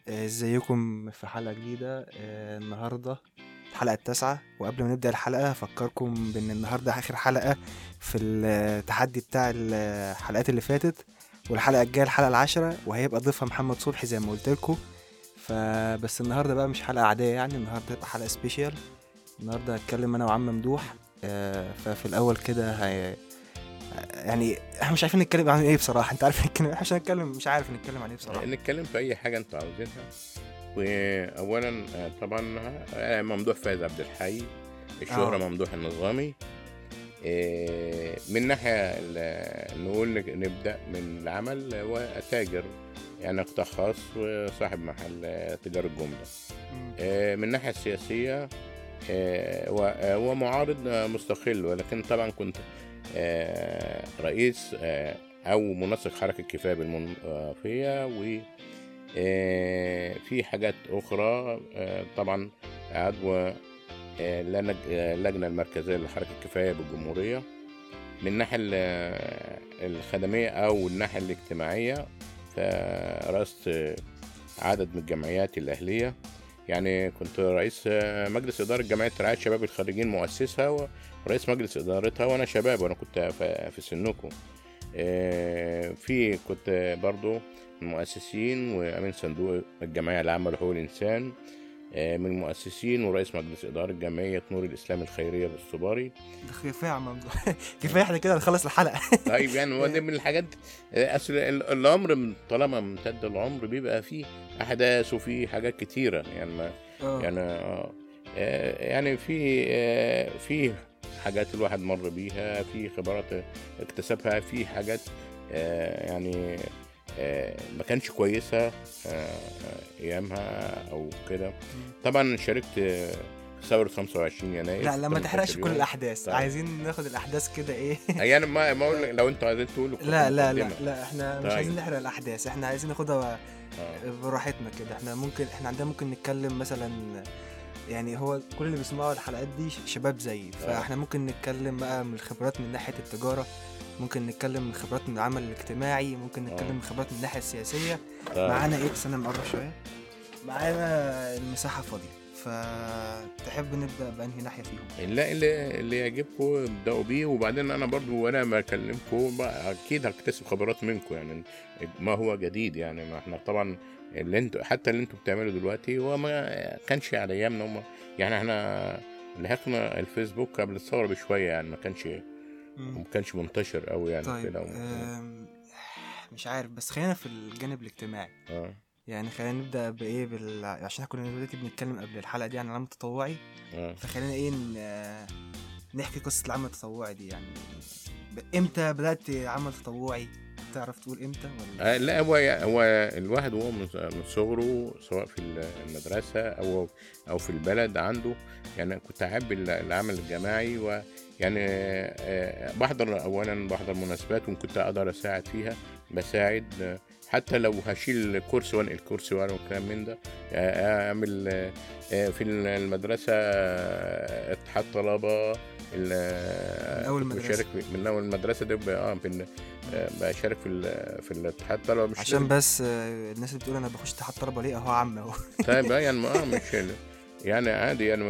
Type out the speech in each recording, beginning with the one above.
ازيكم في حلقة جديدة النهاردة الحلقة التاسعة. وقبل ما نبدأ الحلقة أفكركم بأن النهاردة آخر حلقة في التحدي بتاع الحلقات اللي فاتت، والحلقة الجاية الحلقة العاشرة وهيبقى ضيفها محمد صبحي زي ما قلت لكم. فبس النهاردة بقى مش حلقة عادية، يعني النهاردة هتبقى حلقة سبيشيال. النهاردة هتكلم أنا وعم ممدوح. ففي الأول كده يعني احنا مش عارفين نتكلم عن ايه بصراحة. انت عارف نتكلم، احنا مش هنتكلم، مش عارف نتكلم عن ايه بصراحة. نتكلم في اي حاجه انتوا عاوزينها. واولا طبعا ممدوح فايز عبد الحي، الشهره اه ممدوح النظامي. من ناحيه نقول نبدا من العمل، هو تاجر يعني قطاع خاص وصاحب محل تجاره جمله. من الناحيه السياسيه هو معارض مستقل، ولكن طبعا كنت رئيس او منسق حركه كفايه بالمنوفيه، و في حاجات أخرى. طبعا عضو اللجنة المركزية لحركة كفاية بالجمهورية. من الناحية الخدمية أو الناحية الاجتماعية، فرأست عدد من الجمعيات الأهلية. يعني كنت رئيس مجلس إدارة جمعية رعاية شباب الخريجين، مؤسسها ورئيس مجلس إدارتها وأنا شباب، وأنا كنت في سنكم. كنت برضو المؤسسين وأمين صندوق الجمعية العامة لحقوق الإنسان، من المؤسسين ورئيس مجلس إدارة جمعية نور الإسلام الخيرية بالصباري. ده كفايه يا عم ممدوح. كفايه احنا كده نخلص الحلقه. طيب يعني هو ده من الحاجات. أصل العمر طالما امتد العمر بيبقى فيه أحداث وفيه حاجات كتيرة، يعني اه يعني يعني في حاجات الواحد مر بيها، في خبرات اكتسبها، في حاجات يعني ما كانش كويسة أيامها أو كده. طبعا شاركت في ثورة 25 يناير لا لا، ما 18 تحرقش كل يوم. الاحداث، طيب عايزين ناخد الاحداث كده ايه. يعني ما أقول لو أنتوا عايزين تقولوا لا لا لا مقدمة. لا، احنا مش طيب عايزين نحرق الاحداث، احنا عايزين ناخدها آه. براحتنا كده. احنا ممكن، احنا عندنا ممكن نتكلم مثلا، يعني هو كل اللي بيسمعوا الحلقات دي شباب زيي، آه. فاحنا ممكن نتكلم بقى من الخبرات من ناحية التجارة، ممكن نتكلم من خبرات من العمل الاجتماعي، ممكن نتكلم آه. من خبرات من الناحية السياسية. طيب معانا ايه، بس انا مقرب شوية، معانا المساحة فاضية، فتحب نبدأ بأنهي ناحية فيهم؟ لا، اللي يعجبكم ابدأوا بيه، وبعدين انا برضو وانا ما اكلمكم اكيد هكتسب خبرات منكم، يعني ما هو جديد. يعني ما احنا طبعا حتى اللي انتوا بتعملوا دلوقتي هو ما كانش على ايامنا. يعني احنا لحقنا الفيسبوك قبل الثورة بشوية، يعني مم. ما كانش منتشر قوي يعني طيب كده. مش عارف، بس خلينا في الجانب الاجتماعي. اه. يعني خلينا نبدأ بإيه عشان احنا كنا دلوقتي بنتكلم قبل الحلقة دي عن العمل التطوعي. اه. فخلينا ايه نحكي قصة العمل التطوعي دي، يعني امتى بدأت عمل تطوعي؟ تعرف تقول امتى ولا؟ لا، هو الواحد وهو من صغره، سواء في المدرسة أو في البلد عنده. يعني كنت أحب العمل الجماعي، ويعني بحضر مناسبات، وكنت أقدر أساعد فيها. بساعد حتى لو هشيل كرسي وانقل كرسي والكلام من ده. أعمل في المدرسة اتحاد طلبة. من أول كنت المدرسة؟ بشارك من أول المدرسة دي بشارك في الاتحاد طلبة، مش عشان لازم. بس الناس اللي بتقول أنا بخش اتحاد طلبة ليه، أهو عم أهو. طيب يعني ما مش يعني عادي يعني.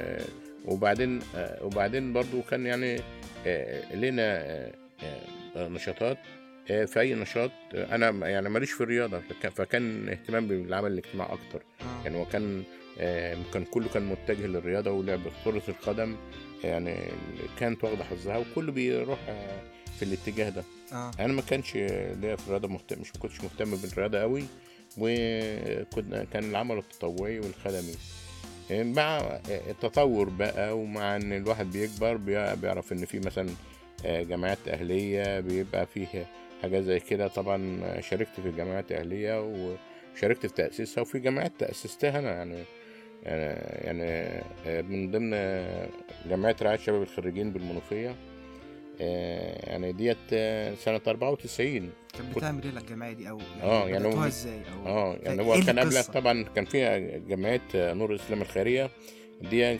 وبعدين برضو كان يعني لنا نشاطات. في أي نشاط أنا يعني ماليش في الرياضة، فكان اهتمام بالعمل الاجتماعي أكتر. اه يعني كان كله كان متجه للرياضة ولعب كرة القدم، يعني كانت واخدة حظها وكله بيروح في الاتجاه ده. اه انا ما كانش ليا في الرياضه ما كنتش مهتم بالرياضه قوي. كان العمل التطوعي والخدمي مع التطور بقى، ومع ان الواحد بيكبر بيعرف ان في مثلا جمعيات اهليه بيبقى فيه حاجات زي كده. طبعا شاركت في جمعيات اهليه وشاركت في تاسيسها، وفي جمعيات تاسستها انا يعني من ضمن جمعيه رعايه شباب الخريجين بالمنوفيه. يعني ديت سنة 94. كانت كنت بتعمل ايه الجمعية دي، أو يعني يعني بدأتوها ازاي، أو يعني ايه هو كان قبلها القصة؟ طبعا كان في جمعية نور الإسلام الخيرية. ديت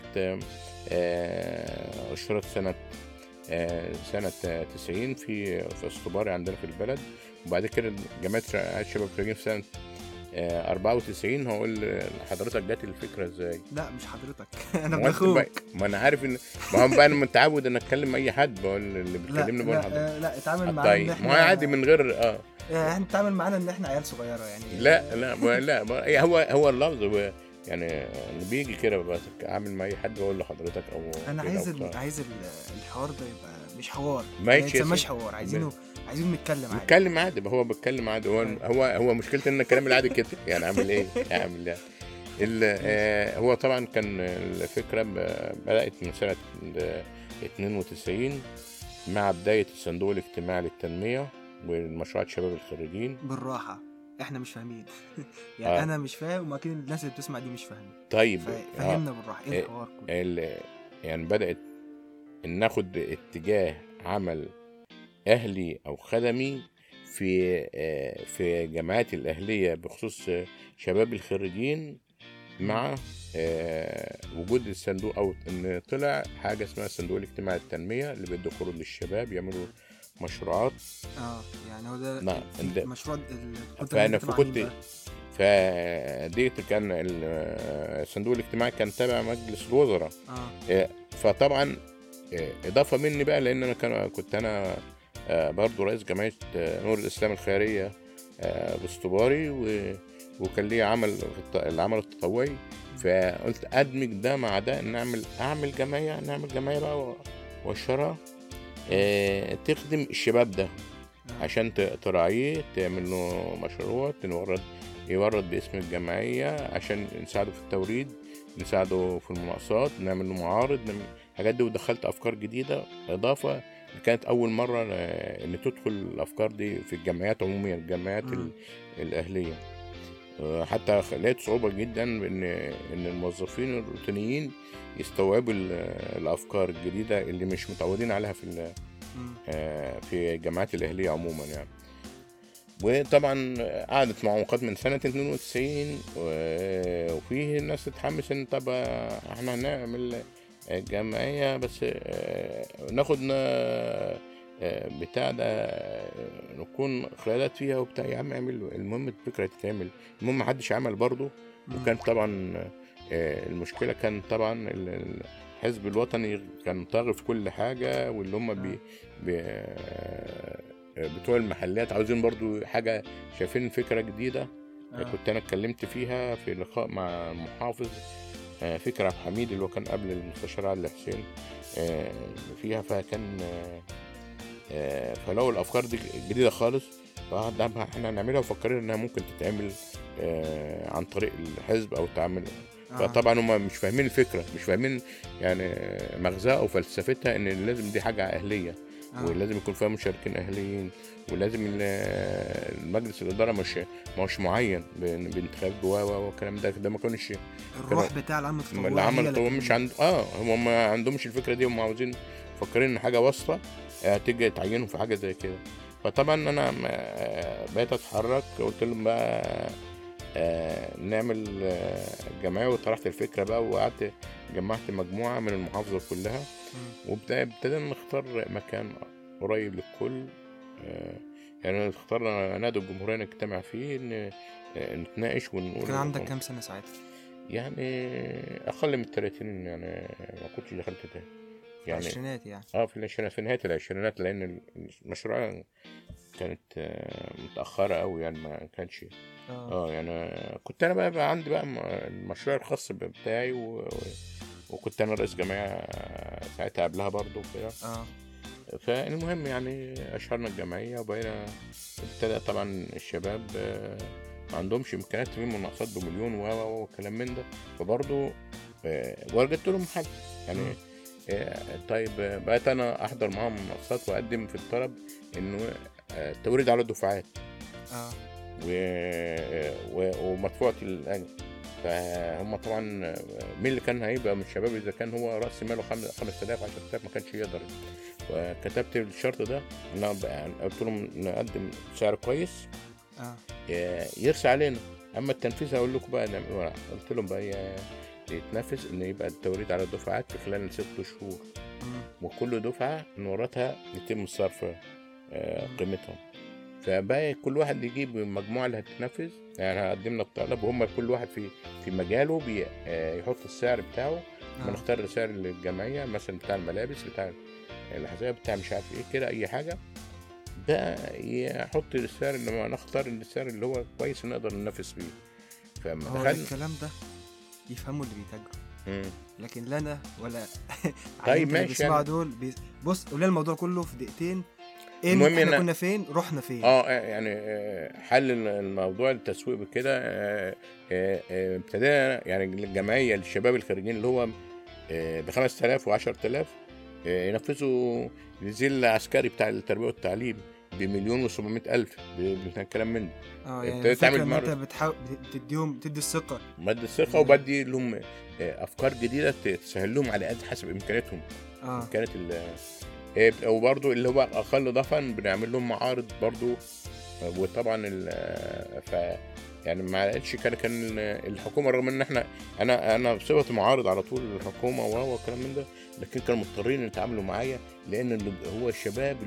أشهرت سنة 90 في اسطباري عندنا في البلد. وبعد كده جمعية رعاية شباب الخريجين في سنة 94 هقول لحضرتك جات الفكره ازاي. لا مش حضرتك انا ما انت بخوك. ما انا عارف ان ما هم بقى انا متعود ان اتكلم اي حد، بقول اللي لا بيكلمني بقول حضرتك. لا اتعامل معانا ان طيب ما هو عادي احنا من غير احنا اتعامل معانا ان احنا عيال صغيره يعني. لا هو اللفظ يعني اللي بيجي كده بتعامل مع اي حد بقول لحضرتك او انا كده عايز أو بتاع. عايز الحوار ده يبقى مش حوار، ما ماشي يا يتسماش سيدي. حوار، عايزين نتكلم عادي. بيتكلم عادي، هو بيتكلم عادي. هو مشكلته ان الكلام العادي كده يعني اعمل ايه؟ اعمل ايه؟ هو طبعا كان الفكره بدات من سنه 92 مع بدايه الصندوق الاجتماعي للتنميه والمشروعات شباب الخريجين. بالراحه احنا مش فاهمين يعني انا مش فاهم، واكيد الناس اللي بتسمع دي مش فاهمه. طيب فهمنا بالراحه ايه الحوار كله. يعني بدات ناخد اتجاه عمل اهلي او خدمي في الجامعات الاهليه بخصوص شباب الخريجين، مع وجود الصندوق، او ان طلع حاجه اسمها الصندوق الاجتماعي للتنميه اللي بيدوا قروض للشباب يعملوا مشروعات. يعني هو ده نعم مشروع فانا كنت فديت كان الصندوق الاجتماعي كان تابع مجلس الوزراء. فطبعا اضافه مني بقى، لان انا كنت انا برضو رئيس جمعيه نور الاسلام الخيريه باستباري، وكان لي عمل العمل التطوعي. فقلت ادمج ده مع ده، نعمل جمعيه بقى واشرها تخدم الشباب ده عشان تراعيه، تعمل له مشروع، يورد باسم الجمعيه عشان نساعده في التوريد، نساعده في المناقصات، نعمل له معارض، الحاجات دي. ودخلت افكار جديده اضافه كانت اول مره ان تدخل الافكار دي في الجمعيات عموميا، الجمعيات الاهليه. حتى لقيت صعوبه جدا ان الموظفين الروتينيين يستوعبوا الافكار الجديده اللي مش متعودين عليها في الجامعات الاهليه عموما يعني. وطبعا قعدت معوقات من سنه 92 وفيه ناس تتحمس ان طب احنا هنعمل جمعيه بس ناخدنا بتاع ده نكون قيادات فيها وبتاع. يا عم اعمل، المهم الفكره تتعمل، المهم محدش عمل برضه. وكان طبعا المشكله كان طبعا الحزب الوطني كان طاغي في كل حاجه، واللي هم بتوع المحلات عاوزين برضو حاجه، شايفين فكره جديده. كنت انا اتكلمت فيها في لقاء مع المحافظ فكرة عبد الحميد اللي هو كان قبل المستشار علي حسين فيها. فكان فلو الافكار دي جديده خالص، احنا هنعملها، وفكرنا انها ممكن تتعمل عن طريق الحزب او تعمل. فطبعا هم مش فاهمين الفكره، مش فاهمين يعني مغزاها او فلسفتها، ان لازم دي حاجه اهليه ولازم يكون فيها مشاركين اهليين، ولازم المجلس الاداره مش معين بانتخاب والكلام ده ما كانش الروح بتاع العمل التطوعي مش عند هم ما عندهمش الفكره دي. هم عاوزين فكرين ان حاجه واسطه تيجي تعينهم في حاجه زي كده. فطبعا انا بقيت اتحرك، قلت لهم بقى نعمل جمعيه، وطرحت الفكره بقى، وقعدت جمعت مجموعه من المحافظه كلها، وابتدينا نختار مكان قريب للكل. يعني اخترنا نادي الجمهوريه نجتمع فيه نتناقش ونقول. كان عندك كام سنه ساعتها؟ يعني اقل من 30 يعني، ما كنتش دخلت تاني يعني العشرينات يعني. في العشرينات، في نهايه العشرينات، لان المشروع كانت متاخره قوي يعني، ما كانش يعني كنت انا بقى عندي بقى المشروع الخاص بتاعي وكنت انا رئيس جمعيه ساعتها قبلها برضو كده. فالمهم يعني اشهرنا الجمعيه، وبقينا ابتدى طبعا الشباب ما عندهمش امكانيات تجيب مناقصات بمليون وكلام من ده، فبرضو وجدت لهم حل يعني. طيب بقيت انا احضر معاهم مناقصات واقدم في الطلب انه التوريد على الدفعات ومدفوعة الأجر. فهم طبعا مين اللي كان هيبقى من الشباب اذا كان هو راس ماله 5000 10000 ما كانش يقدر. وكتبت الشرط ده، قلت لهم نقدم سعر كويس يرسى علينا، اما التنفيذ هقول لكم بقى نعمل. قلت لهم بقى يتنفذ ان يبقى التوريد على الدفعات في خلال 6 شهور، وكل دفعه نورتها يتم صرف قيمتهم. فبقى كل واحد يجيب المجموعه اللي هتتنفذ، يعني قدمنا الطلب وهم كل واحد في مجاله يحط السعر بتاعه. بنختار سعر الجمعيه مثلا بتاع الملابس، بتاع الحذاء، بتاع مش عارف ايه كده، اي حاجه ده يحط السعر، انما نختار السعر اللي هو كويس نقدر ننافس بيه. فما هو دخلنا. الكلام ده يفهموا اللي بيتاجروا، لكن لا انا ولا طيب اللي ماشي بيسمعوا يعني. دول بص قول لنا الموضوع كله في دقيقتين. ايه المهم احنا كنا فين رحنا فين؟ يعني حل الموضوع التسويق بكده. ابتدينا يعني الجمعيه للشباب الخارجين اللي هو ب 5000 و 10000 ينفذوا الزي العسكري بتاع التربيه والتعليم بمليون و700 الف، كلام من ده. يعني ابتديت الفكره تعمل ان انت معرض بتحاول تدي الثقه، مادة الثقة، وبدي لهم أفكار جديدة تسهل لهم على قد حسب إمكانياتهم. إمكانيات وبرضه اللي هو أقل ضعفا بنعمل لهم معارض برضه. وطبعا يعني ما لقيتش كان الحكومة، رغم إن أنا بصفتي معارض على طول الحكومة وهو الكلام من ده، لكن كانوا مضطرين يتعاملوا معايا، لأن هو الشباب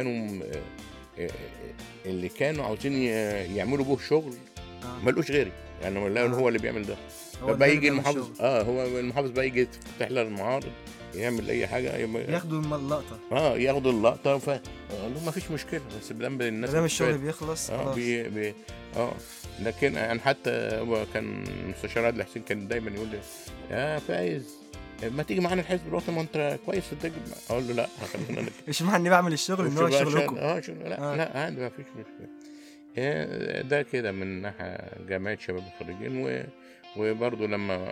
اللي كانوا عاوزين يعملوا به شغل ملقوش غيري، يعني هو اللي بيعمل ده. فبقى يجي المحافظ هو المحافظ بقى يجي يفتح لها المعارض، يعمل اي حاجه، ياخدوا اللقطه، ياخدوا اللقطه. فقال لهم ما فيش مشكله، بس بدل الناس ما الشغل بيخلص خلاص. لكن يعني حتى هو كان مستشار عادل حسين كان دايما يقول لي يا فايز ما تيجي معانا الحزب الوطني، ما انت كويس تجيب. اقول له لا، خلينا مش معني بعمل الشغل ان هو شغلكم. لا عادي ما فيش مشكله. ده كده من ناحية جمعية شباب الخريجين. وبرضه لما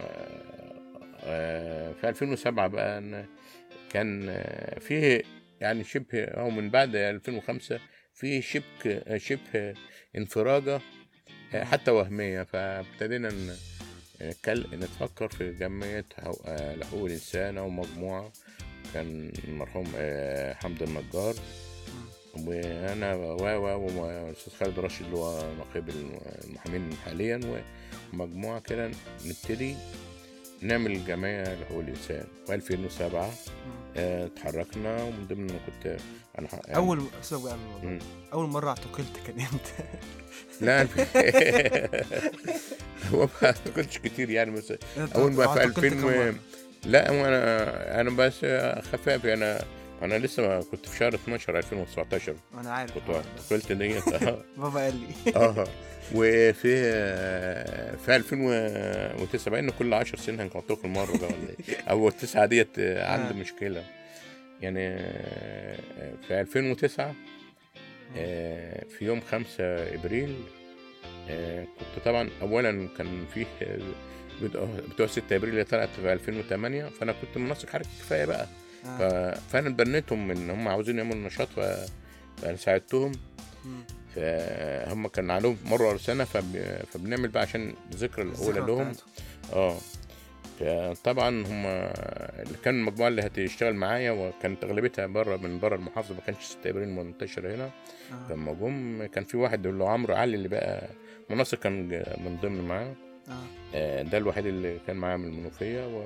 في 2007 بقى كان فيه يعني شبه أو من بعد 2005 فيه شبه انفراجة حتى وهمية. فابتدينا نتفكر في جمعية حقوق الإنسان أو مجموعة. كان المرحوم حمد النجار وانا والاستاذ خالد راشد اللي هو نقيب المحامين حاليا، ومجموعه كده نبتدي نعمل جمعيه لحقوق الانسان. و 2007 اتحركنا، ومن ضمن ما كنت انا يعني اول مره اعتقلت كان امتى؟ لا هو ما اعتقلتش كتير يعني، بس اول ما في 2000 لا انا بس خفاف. انا لسه ما كنت في شهر 12 2019. انا عارف كنت اعتقلت ديت. بابا قال لي وفي 2009 بقى ان كل 10 سنين هنعتقل مره ده ولا ايه، او التسعه ديت عندي مشكله يعني. في 2009 في يوم 5 ابريل كنت طبعا اولا كان فيه بتوع 6 ابريل اللي طلعت في 2008، فانا كنت منسق حركه كفايه بقى. فانا اتبنيتهم ان هم عاوزين يعملوا نشاط، فانا ساعدتهم. فهم كان عليهم مره ولا سنه، فبنعمل بقى عشان الذكرى الاولى لهم. فطبعا هم اللي كان المجموعه اللي هتشتغل معايا، وكانت اغلبيتها من بره المحافظه، ما كانش 6 ابريل منتشره هنا. لما جم كان في واحد اللي هو عمرو علي اللي بقى منسق، كان من ضمن معاه. ده الوحيد اللي كان معاه من المنوفيه.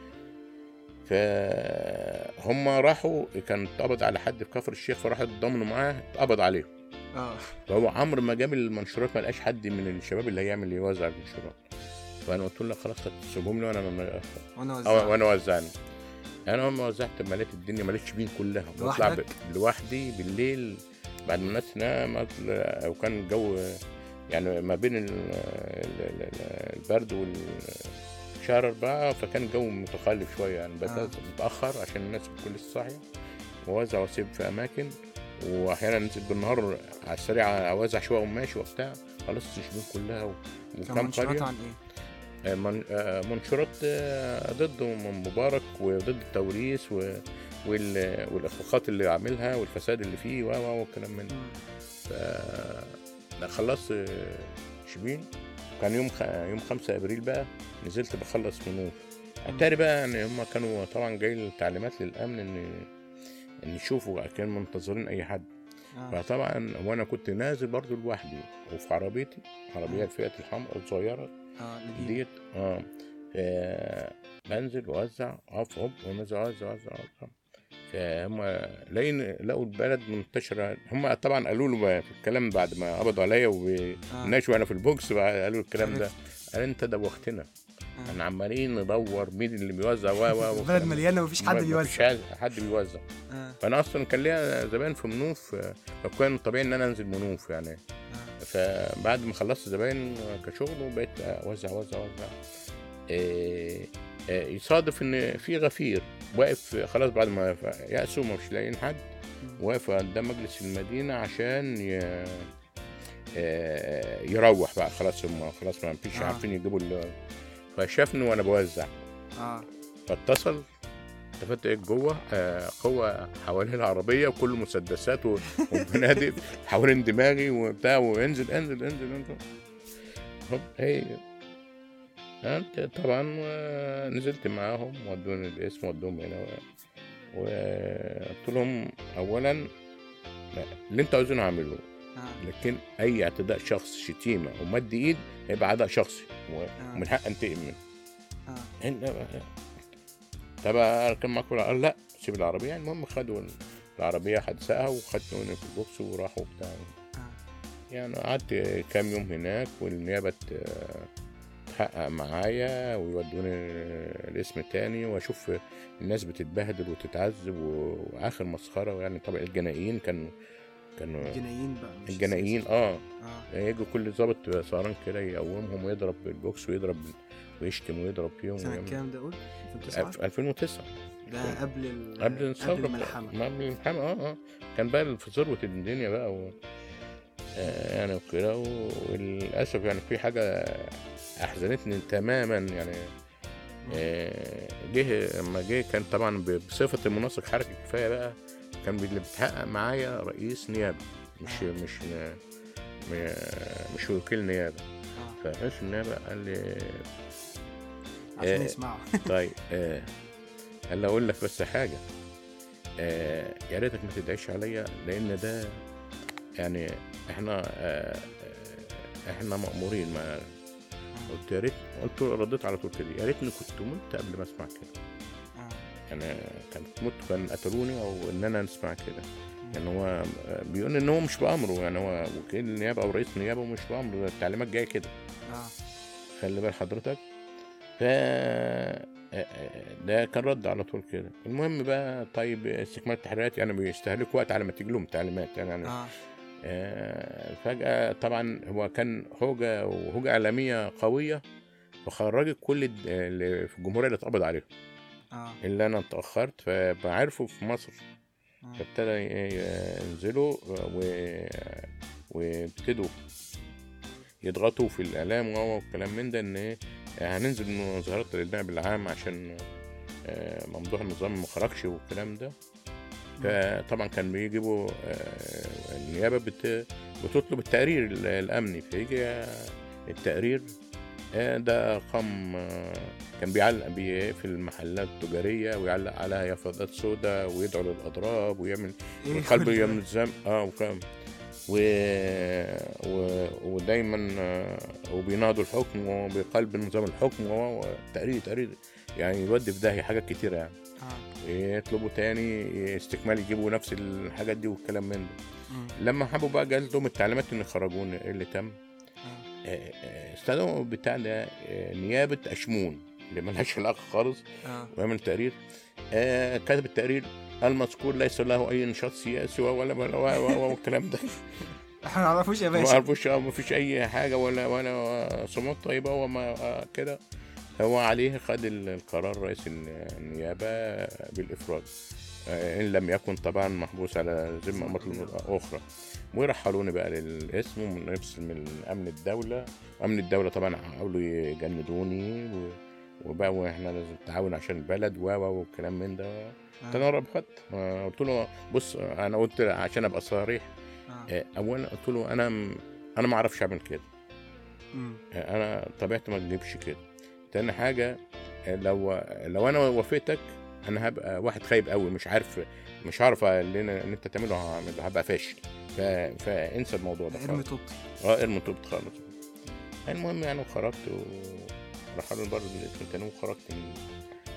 فهم راحوا، كان اتقبض على حد في كفر الشيخ، فراحوا اتضامنوا معاه، اتقبض عليه. فهو عمرو ما جاب المنشورات، ما لقاش حد من الشباب اللي هيعمل يوزع المنشورات. فانا قلت له خلاص تسيبهم لي وانا وزعني. انا ما وزعت، مليت الدنيا، مليت شبين كلها، بطلع لوحدي بالليل بعد ما الناس نامت، وكان الجو يعني ما بين البرد شهر 4، فكان الجو متقلب شويه يعني. متاخر عشان الناس بتكون لسه صاحيه، ووزع واسيب في اماكن، واحيانا انزل بالنهار على السريع اوزع شويه وماشي وبتاع. خلصت الشبين كلها وكم قريه. عن ايه؟ منشورات ضد مبارك وضد التوريث والاخفاقات اللي عاملها والفساد اللي فيه والكلام من ده. خلصت شبين. كان يوم 5 ابريل بقى نزلت بخلص منوف. اتاري بقى ان هم كانوا طبعا جاي التعليمات للامن ان يشوفوا، كانوا منتظرين اي حد. فطبعا وانا كنت نازل برضو لوحدي، وفي عربيتي عربيه الفئه الحمراء الصغيره ديت. بنزل واوزع، اقف ونزل اوزع. فهم لقوا البلد منتشره. هم طبعا قالوا له بقى في الكلام بعد ما قبضوا عليا وبيناقشوا انا في البوكس بقى، قالوا الكلام ده، قال انت دوختنا، احنا عمالين ندور مين اللي بيوزع البلد مليانه ومفيش حد بيوزع، مفيش حد بيوزع. فانا اصلا كان ليا زباين في منوف، فكان طبيعي ان انا انزل منوف يعني. فبعد ما خلصت زباين كشغل وبقيت اوزع وزع. يصادف ان في غفير واقف خلاص بعد ما يأسوا مش لاقيين حد، واقف قدام مجلس المدينة عشان يروح بقى خلاص، هم خلاص ما فيش عارفين يجيبوا فشافني وانا بوزع. فاتصل التفت جوه قوة حوالين العربية وكل مسدسات وبنادق حوالين دماغي وبتاع، وانزل انزل انزل انزل. هوب هي انت طبعا نزلت معاهم ودوني الاسم ودوهم هنا وقلت لهم اولا اللي انتوا عاوزينه اعملوه، لكن اي اعتداء شخص شتيمه ومد ايد هيبقى عداء شخصي ومن حق انتقم منه. طب اركب معاكم؟ قال لا سيب العربيه يعني. المهم خدوا العربيه حدثها وخدوني في البوكس وراحوا بتاع يعني. قعدت كام يوم هناك والنيابه تحقق معايا ويودوني الاسم تاني واشوف الناس بتتبهدل وتتعذب واخر مسخره يعني. طبعا الجنائيين كانوا الجنائيين بقى الجنائيين يجوا كل ضابط سهران كده يقومهم ويضرب بالبوكس ويضرب ويشتم ويضرب فيهم. سنة كام ده قلت؟ 2009 ده قبل الثورة، قبل الملحمة. كان بقى في ذروة الدنيا بقى يعني وكده. وللأسف يعني في حاجة أحزنتني تماما يعني. لما جه كان طبعا بصفة المنسق حركة كفاية بقى، كان اللي بيتحقق معايا رئيس نيابة مش وكيل نيابة. فرئيس النيابة قال لي عشان يسمعوا طيب قال لي اقول لك بس حاجة، يا ريتك ما تدعيش عليا لان ده يعني احنا مأمورين. ما قلت يا ريت، قلت رديت على طول كده يا ريتني كنت مت قبل ما اسمع كده يعني. كانت مت كان قتلوني او ان انا اسمع كده يعني. هو بيقول ان هو مش بأمره يعني، هو وكيل النيابة او رئيس النيابة ومش بأمره، التعليمات جاية كده. خلي بال حضرتك. ده كان رد على طول كده. المهم بقى طيب استكمال التحريات يعني بيستهلكوا وقت على ما تيجي لهم تعليمات يعني. فجأة طبعا هو كان هوجة إعلامية قوية فخرجت كل اللي في الجمهورية اللي اتقبض عليهم اللي أنا اتأخرت فبعرفوا في مصر. فابتدى ينزلوا وابتدوا يضغطوا في الإعلام والكلام من ده إن هننزل مظاهرات للنائب العام عشان ممدوح النظام ما خرجش والكلام ده. فطبعا كان بيجيبوا النيابة بتطلب التقرير الأمني، فيجي التقرير ده كان بيعلق في المحلات التجارية ويعلق عليها يافطات سوداء ويدعو للأضراب ويعمل القلب يمن الزم وكام ودايما وبيناضوا الحكم وبقلب نظام الحكم وتقرير يعني يودي في داهية حاجات كتيرة يعني. يطلبوا تاني استكمال يجيبوا نفس الحاجات دي والكلام من ده. لما حبوا بقى جالت لهم التعليمات ان خرجوني اللي تم استخدموا بتاع ده نيابة أشمون اللي ملهاش علاقة خالص ويعمل تقرير. كاتب التقرير المذكور ليس له أي نشاط سياسي ولا والكلام ده. احنا ما نعرفوش يا باشا، ما نعرفوش ما فيش أي حاجة ولا صمت. طيب هو ما كده هو عليه خد القرار رئيس النيابة بالإفراج إن لم يكن طبعا محبوس على ذمة مطلوب أخرى. ورحلوني بقى للاسم من أمن الدولة. أمن الدولة طبعا حاولوا يجندوني وبقى واحنا لازم نتعاون عشان البلد والكلام من ده. انا رفضت، قلت له بص انا قلت عشان ابقى صريح اولا قلت له انا ما اعرفش اعمل كده. انا طبيعتي ما تجيبش كده. تاني حاجه لو انا وافقتك انا هبقى واحد خايب قوي مش عارف اللي انت تعمله هبقى فاشل. فانسى الموضوع ده ارمي طوبتي. ارمي طوبتي خالص. المهم يعني خرجت ورحلوني برضه الاسم تاني وخرجت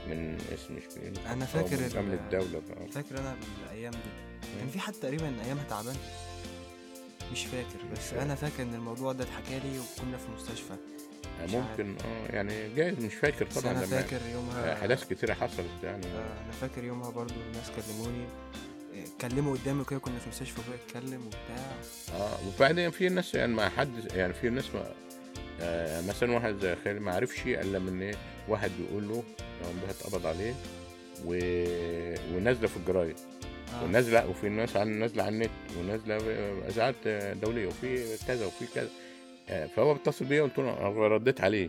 من اسم مش فين، انا فاكر من امن الدوله بقى. فاكر انا الايام دي كان في حد تقريبا ايامها تعبان، مش فاكر، بس انا فاكر ان الموضوع ده اتحكى لي وكنا في مستشفى. ممكن يعني جايز مش فاكر بس طبعا. انا لما فاكر يومها احداث كتيره حصلت يعني. انا فاكر يومها برضو الناس كلموني، اتكلموا قدامي كده، كنا في مستشفى وهو يتكلم وبتاع. وبعدين في ناس يعني ما حد يعني، في ناس ما مثلا واحد زي خالد ما عرفش الا من ايه، واحد بيقول له ده اتقبض عليه ونازله في الجرايد ونازله، وفي ناس نازله على النت ونازله اذاعات دوليه وفي كذا وفي كذا. فهو بيتصل بيا، قلت له انا رديت عليه.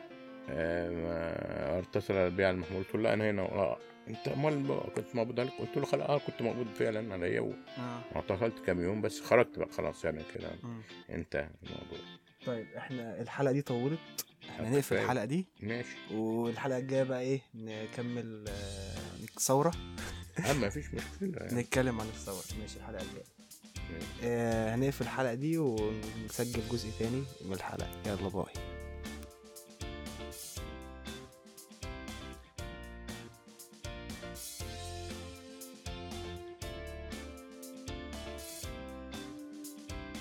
اتصل بيا على المحمول، قلت له لا انا هنا. انت امال كنت مقبوض عليك؟ قلت له خلاص كنت مقبوض فعلا عليا واعتقلت كام يوم، بس خرجت بقى خلاص يعني كده انتهى الموضوع. طيب احنا الحلقه دي طولت، احنا نقفل الحلقه دي ماشي، والحلقه الجايه بقى ايه نكمل ثوره. ما فيش مشكله يعني. نتكلم عن الثوره. ماشي، الحلقه الجايه هنقفل الحلقه دي ونسجل جزء تاني من الحلقه. يلا باي.